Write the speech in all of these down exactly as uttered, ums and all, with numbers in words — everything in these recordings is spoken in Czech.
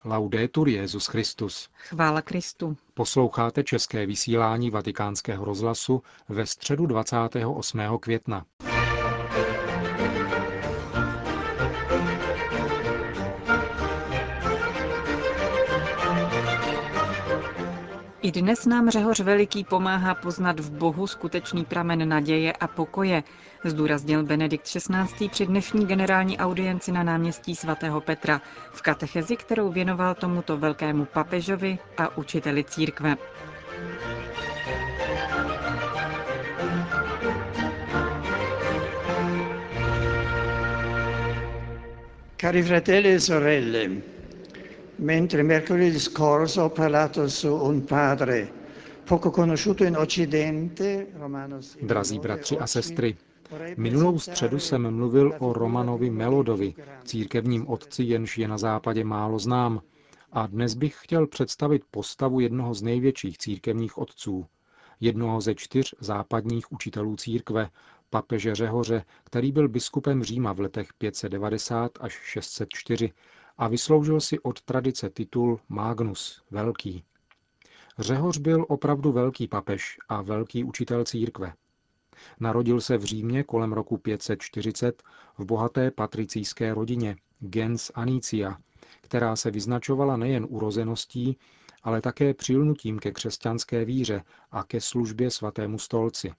Laudetur Jesus Christus. Chvála Kristu. Posloucháte české vysílání Vatikánského rozhlasu ve středu dvacátého osmého května. I dnes nám Řehoř Veliký pomáhá poznat v Bohu skutečný pramen naděje a pokoje, zdůraznil Benedikt šestnáctý při dnešní generální audienci na náměstí svatého Petra v katechezi, kterou věnoval tomuto velkému papežovi a učiteli církve. Cari fratelli e sorelle, mentre mercoledì scorso ho parlato su un padre poco conosciuto in Occidente, Romanos Drazí bratři a sestry, minulou středu jsem mluvil o Romanovi Melodovi, církevním otci, jenž je na západě málo znám, a dnes bych chtěl představit postavu jednoho z největších církevních otců, jednoho ze čtyř západních učitelů církve, papeže Řehoře, který byl biskupem Říma v letech pět set devadesát až šest set čtyři a vysloužil si od tradice titul Magnus, velký. Řehoř byl opravdu velký papež a velký učitel církve. Narodil se v Římě kolem roku pět set čtyřicet v bohaté patricijské rodině gens Anicia, která se vyznačovala nejen urozeností, ale také přilnutím ke křesťanské víře a ke službě svatému stolci.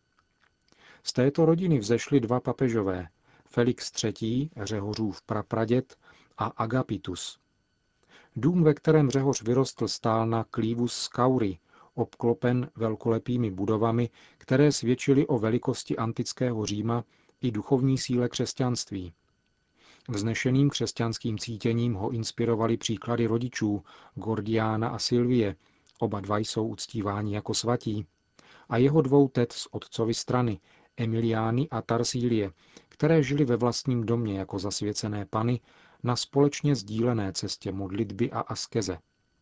Z této rodiny vzešli dva papežové, Felix třetí., Řehořův prapraděd, a Agapitus. Dům, ve kterém Řehoř vyrostl, stál na Clivus Scaurii, obklopen velkolepými budovami, které svědčily o velikosti antického Říma i duchovní síle křesťanství. Vznešeným křesťanským cítěním ho inspirovaly příklady rodičů Gordiána a Silvie, oba dva jsou uctíváni jako svatí, a jeho dvou tet z otcovy strany, Emiliány a Tarsílie, které žili ve vlastním domě jako zasvěcené pany na společně sdílené cestě modlitby a askeze.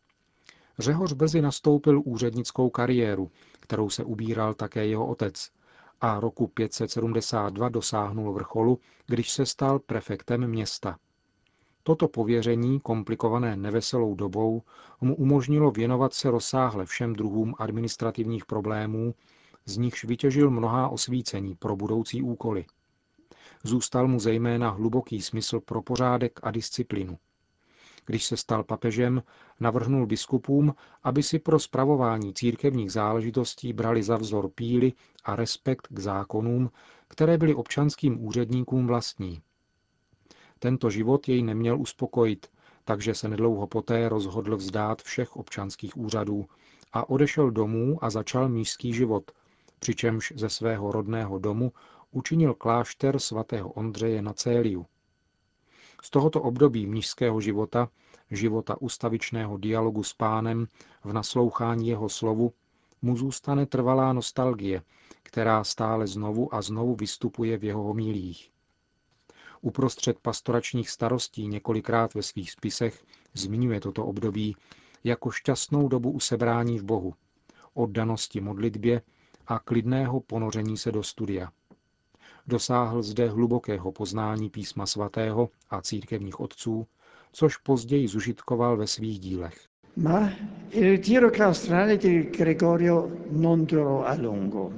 Řehoř brzy nastoupil úřednickou kariéru, kterou se ubíral také jeho otec, a roku pět set sedmdesát dva dosáhnul vrcholu, když se stal prefektem města. Toto pověření, komplikované neveselou dobou, mu umožnilo věnovat se rozsáhle všem druhům administrativních problémů, z nichž vytěžil mnohá osvícení pro budoucí úkoly. Zůstal mu zejména hluboký smysl pro pořádek a disciplínu. Když se stal papežem, navrhnul biskupům, aby si pro spravování církevních záležitostí brali za vzor píly a respekt k zákonům, které byly občanským úředníkům vlastní. Tento život jej neměl uspokojit, takže se nedlouho poté rozhodl vzdát všech občanských úřadů a odešel domů a začal mnišský život, přičemž ze svého rodného domu učinil klášter svatého Ondřeje na Céliu. Z tohoto období mnišského života, života ustavičného dialogu s Pánem v naslouchání jeho slovu, mu zůstane trvalá nostalgie, která stále znovu a znovu vystupuje v jeho homíliích. Uprostřed pastoračních starostí několikrát ve svých spisech zmiňuje toto období jako šťastnou dobu usebrání v Bohu, oddanosti modlitbě a klidného ponoření se do studia. Dosáhl zde hlubokého poznání písma svatého a církevních otců, což později zužitkoval ve svých dílech. Ma il ritiro claustrale di Gregorio non durò a lungo.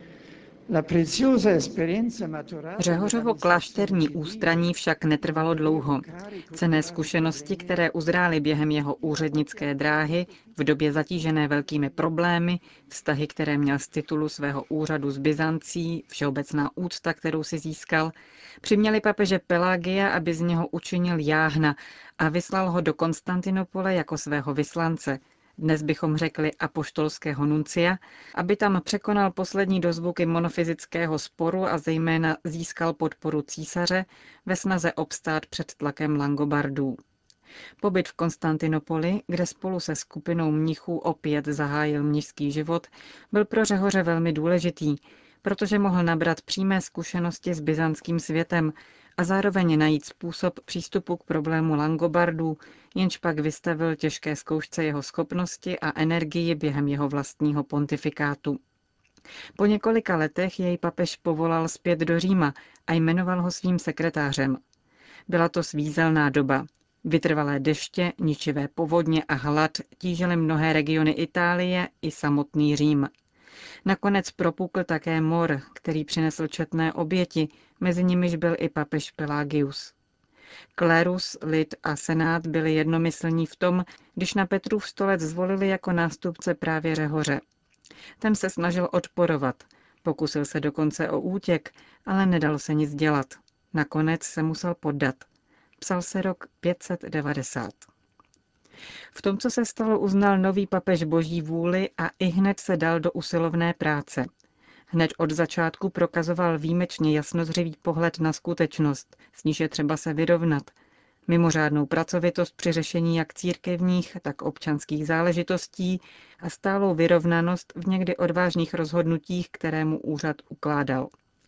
La preziosa esperienza maturata Řehořovo klášterní ústraní však netrvalo dlouho. Cenné zkušenosti, které uzrály během jeho úřednické dráhy, v době zatížené velkými problémy, vztahy, které měl z titulu svého úřadu z Byzancí, všeobecná úcta, kterou si získal, přiměli papeže Pelagia, aby z něho učinil jáhna a vyslal ho do Konstantinopole jako svého vyslance, dnes bychom řekli apoštolského nuncia, aby tam překonal poslední dozvuky monofyzického sporu a zejména získal podporu císaře ve snaze obstát před tlakem Langobardů. Pobyt v Konstantinopoli, kde spolu se skupinou mnichů opět zahájil mnišský život, byl pro Řehoře velmi důležitý, protože mohl nabrat přímé zkušenosti s byzantským světem a zároveň najít způsob přístupu k problému Langobardů, jenž pak vystavil těžké zkoušce jeho schopnosti a energii během jeho vlastního pontifikátu. Po několika letech jej papež povolal zpět do Říma a jmenoval ho svým sekretářem. Byla to svízelná doba. Vytrvalé deště, ničivé povodně a hlad tížily mnohé regiony Itálie i samotný Řím. Nakonec propukl také mor, který přinesl četné oběti, mezi nimiž byl i papež Pelagius. Klérus, lid a senát byli jednomyslní v tom, když na Petrův stolec zvolili jako nástupce právě Řehoře. Ten se snažil odporovat, pokusil se dokonce o útěk, ale nedal se nic dělat. Nakonec se musel poddat. Psal se rok pět set devadesát. V tom, co se stalo, uznal nový papež boží vůli a ihned se dal do usilovné práce. Hned od začátku prokazoval výjimečně jasnozřivý pohled na skutečnost, s níž je třeba se vyrovnat, mimořádnou pracovitost při řešení jak církevních, tak občanských záležitostí a stálou vyrovnanost v někdy odvážných rozhodnutích, které mu úřad ukládal.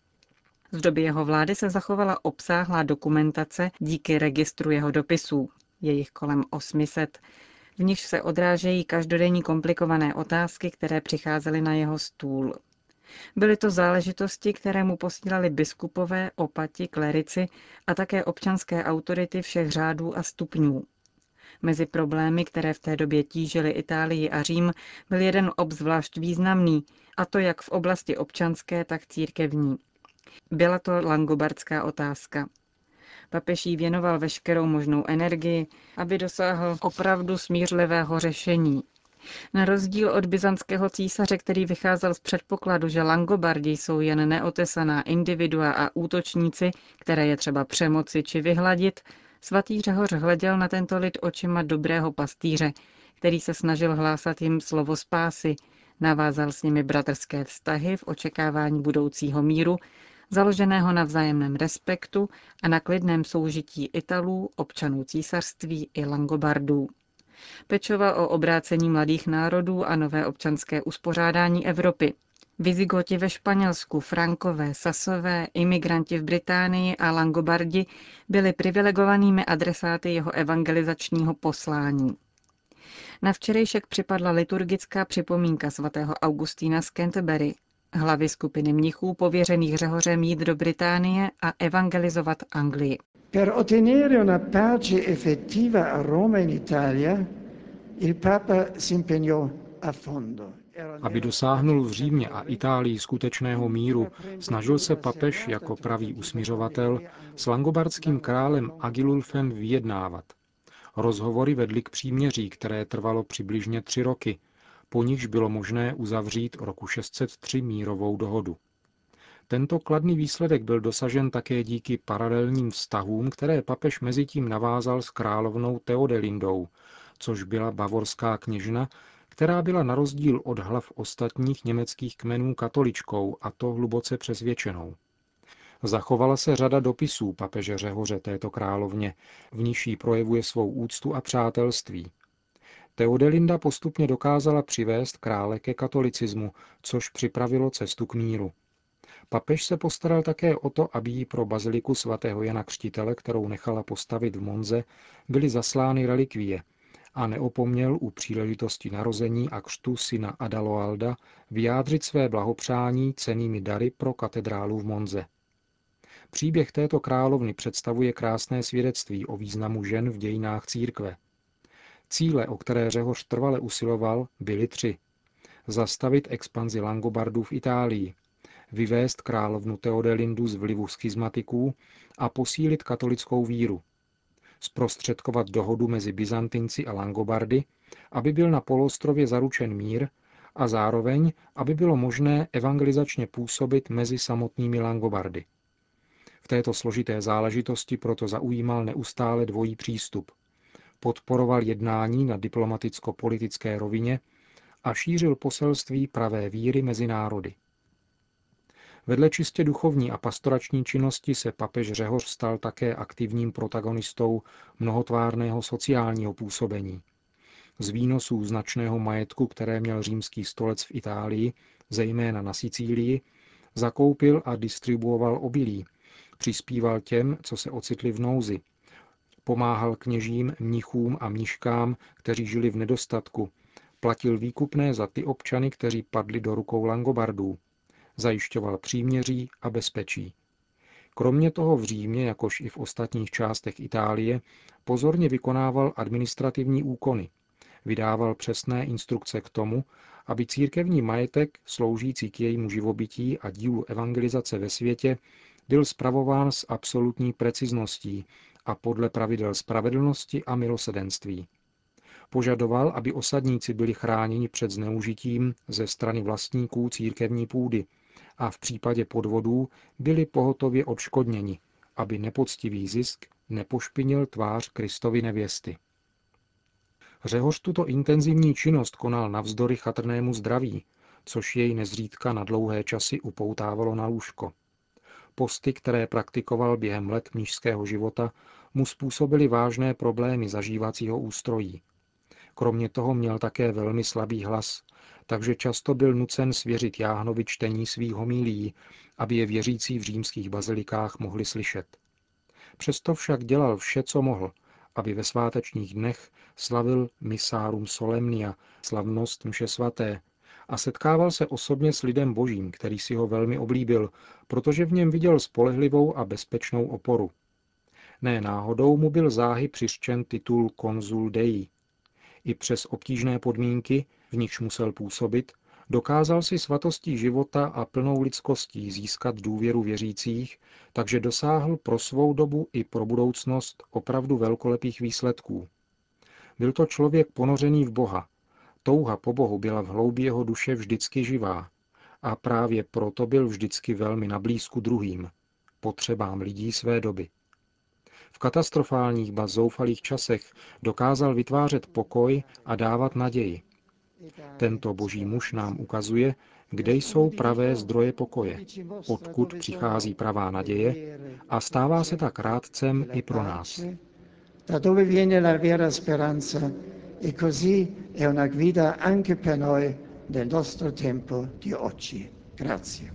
Z doby jeho vlády se zachovala obsáhlá dokumentace díky registru jeho dopisů, je jich kolem osm set, v nichž se odrážejí každodenní komplikované otázky, které přicházely na jeho stůl. Byly to záležitosti, které mu posílali biskupové, opati, klerici a také občanské autority všech řádů a stupňů. Mezi problémy, které v té době tížily Itálii a Řím, byl jeden obzvlášť významný, a to jak v oblasti občanské, tak církevní. Byla to langobardská otázka. Papež jí věnoval veškerou možnou energii, aby dosáhl opravdu smířlivého řešení. Na rozdíl od byzantského císaře, který vycházel z předpokladu, že Langobardi jsou jen neotesaná individua a útočníci, které je třeba přemoci či vyhladit, svatý Řehoř hleděl na tento lid očima dobrého pastýře, který se snažil hlásat jim slovo spásy, navázal s nimi bratrské vztahy v očekávání budoucího míru, založeného na vzájemném respektu a na klidném soužití Italů, občanů císařství i Langobardů. Pečoval o obrácení mladých národů a nové občanské uspořádání Evropy. Vizigoti ve Španělsku, Frankové, Sasové, imigranti v Británii a Langobardi byli privilegovanými adresáty jeho evangelizačního poslání. Na včerejšek připadla liturgická připomínka svatého Augustína z Canterbury, hlavy skupiny mnichů pověřených Řehořem jít do Británie a evangelizovat Anglii. Per ottenere una pace effettiva a Roma in Italia, il Papa si impegnò a fondo. Aby dosáhnul v Římě a Itálii skutečného míru, snažil se papež jako pravý usmiřovatel s langobardským králem Agilulfem vyjednávat. Rozhovory vedly k příměří, které trvalo přibližně tři roky, po nichž bylo možné uzavřít roku šest set tři mírovou dohodu. Tento kladný výsledek byl dosažen také díky paralelním vztahům, které papež mezitím navázal s královnou Theodelindou, což byla bavorská kněžna, která byla na rozdíl od hlav ostatních německých kmenů katoličkou, a to hluboce přesvědčenou. Zachovala se řada dopisů papeže Řehoře této královně, v níž jí projevuje svou úctu a přátelství. Theodelinda postupně dokázala přivést krále ke katolicismu, což připravilo cestu k míru. Papež se postaral také o to, aby jí pro baziliku svatého Jana Křtitele, kterou nechala postavit v Monze, byly zaslány relikvie a neopomněl u příležitosti narození a křtu syna Adaloalda vyjádřit své blahopřání cennými dary pro katedrálu v Monze. Příběh této královny představuje krásné svědectví o významu žen v dějinách církve. Cíle, o které Řehoř trvale usiloval, byly tři. Zastavit expanzi Langobardů v Itálii, vyvést královnu Theodelindu z vlivu schizmatiků a posílit katolickou víru. Zprostředkovat dohodu mezi Byzantinci a Langobardy, aby byl na poloostrově zaručen mír a zároveň, aby bylo možné evangelizačně působit mezi samotnými Langobardy. V této složité záležitosti proto zaujímal neustále dvojí přístup. Podporoval jednání na diplomaticko-politické rovině a šířil poselství pravé víry mezi národy. Vedle čistě duchovní a pastorační činnosti se papež Řehoř stal také aktivním protagonistou mnohotvárného sociálního působení. Z výnosů značného majetku, které měl římský stolec v Itálii, zejména na Sicílii, zakoupil a distribuoval obilí, přispíval těm, co se ocitli v nouzi, pomáhal kněžím, mnichům a mniškám, kteří žili v nedostatku, platil výkupné za ty občany, kteří padli do rukou Langobardů, zajišťoval příměří a bezpečí. Kromě toho v Římě, jakož i v ostatních částech Itálie, pozorně vykonával administrativní úkony. Vydával přesné instrukce k tomu, aby církevní majetek, sloužící k jejímu živobytí a dílu evangelizace ve světě, byl spravován s absolutní precizností a podle pravidel spravedlnosti a milosedenství. Požadoval, aby osadníci byli chráněni před zneužitím ze strany vlastníků církevní půdy a v případě podvodů byli pohotově odškodněni, aby nepoctivý zisk nepošpinil tvář Kristovy nevěsty. Řehoř tuto intenzivní činnost konal navzdory chatrnému zdraví, což jej nezřídka na dlouhé časy upoutávalo na lůžko. Posty, které praktikoval během let mnišského života, mu způsobily vážné problémy zažívacího ústrojí. Kromě toho měl také velmi slabý hlas, takže často byl nucen svěřit jáhnovi čtení svých homílií, aby je věřící v římských bazilikách mohli slyšet. Přesto však dělal vše, co mohl, aby ve svátečních dnech slavil Missarum Solemnia, slavnost mše svaté, a setkával se osobně s lidem božím, který si ho velmi oblíbil, protože v něm viděl spolehlivou a bezpečnou oporu. Ne náhodou mu byl záhy přiřčen titul Consul Dei. I přes obtížné podmínky, v nichž musel působit, dokázal si svatostí života a plnou lidskostí získat důvěru věřících, takže dosáhl pro svou dobu i pro budoucnost opravdu velkolepých výsledků. Byl to člověk ponořený v Boha. Touha po Bohu byla v hloubi jeho duše vždycky živá a právě proto byl vždycky velmi na blízku druhým, potřebám lidí své doby. V katastrofálních, ba zoufalých časech dokázal vytvářet pokoj a dávat naději. Tento boží muž nám ukazuje, kde jsou pravé zdroje pokoje, odkud přichází pravá naděje a stává se tak rádcem i pro nás. Da dove viene la vera speranza e così è una guida anche per noi nel nostro tempo di oggi. Grazie.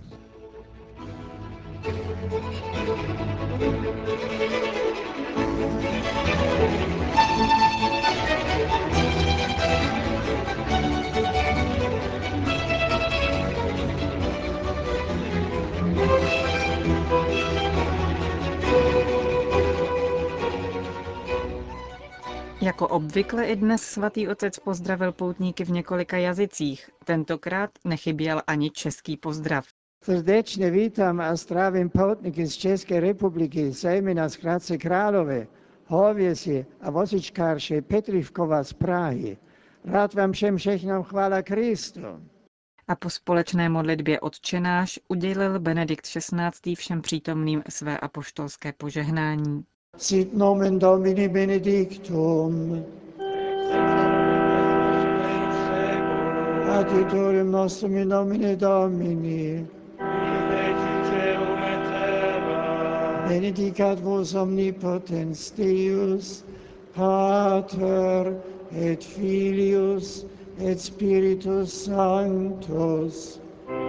Jako obvykle i dnes svatý otec pozdravil poutníky v několika jazycích. Tentokrát nechyběl ani český pozdrav. Srdečně vítám a zdravím poutníky z České republiky, zejména z Hradce Králové, Hověsi a vozíčkáře Petrivkova z Prahy. Rád vám všem všechno chvála Kristu. A po společné modlitbě Otčenáš udělil Benedikt šestnáctý všem přítomným své apoštolské požehnání. Sit nomen Domini benedictum. Adiutorium nostrum in nomine Domini. Benedicat vos omnipotens Deus, Pater et Filius et Spiritus Sanctus.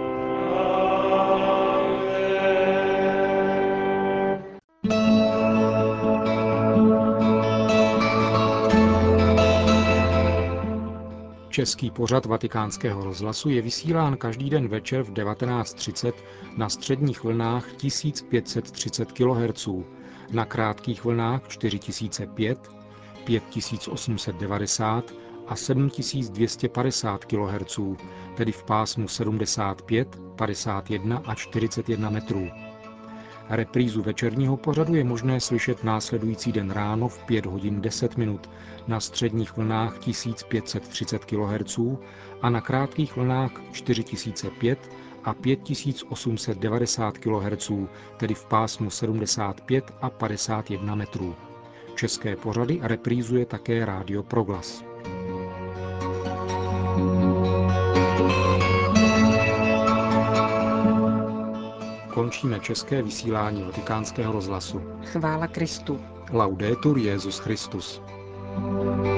Český pořad Vatikánského rozhlasu je vysílán každý den večer v devatenáct třicet na středních vlnách tisíc pět set třicet kilohertzů, na krátkých vlnách čtyři tisíce pět, pět tisíc osm set devadesát a sedm tisíc dvě stě padesát kilohertzů, tedy v pásmu sedmdesát pět, padesát jedna a čtyřicet jedna metrů. Reprízu večerního pořadu je možné slyšet následující den ráno v pět hodin deset minut na středních vlnách tisíc pět set třicet kilohertzů a na krátkých vlnách čtyři tisíce pět a pět tisíc osm set devadesát kilohertzů, tedy v pásmu sedmdesát pět a padesát jedna metrů. České pořady reprízuje také Rádio Proglas. Končíme české vysílání Vatikánského rozhlasu. Chvála Kristu. Laudetur Jesus Christus.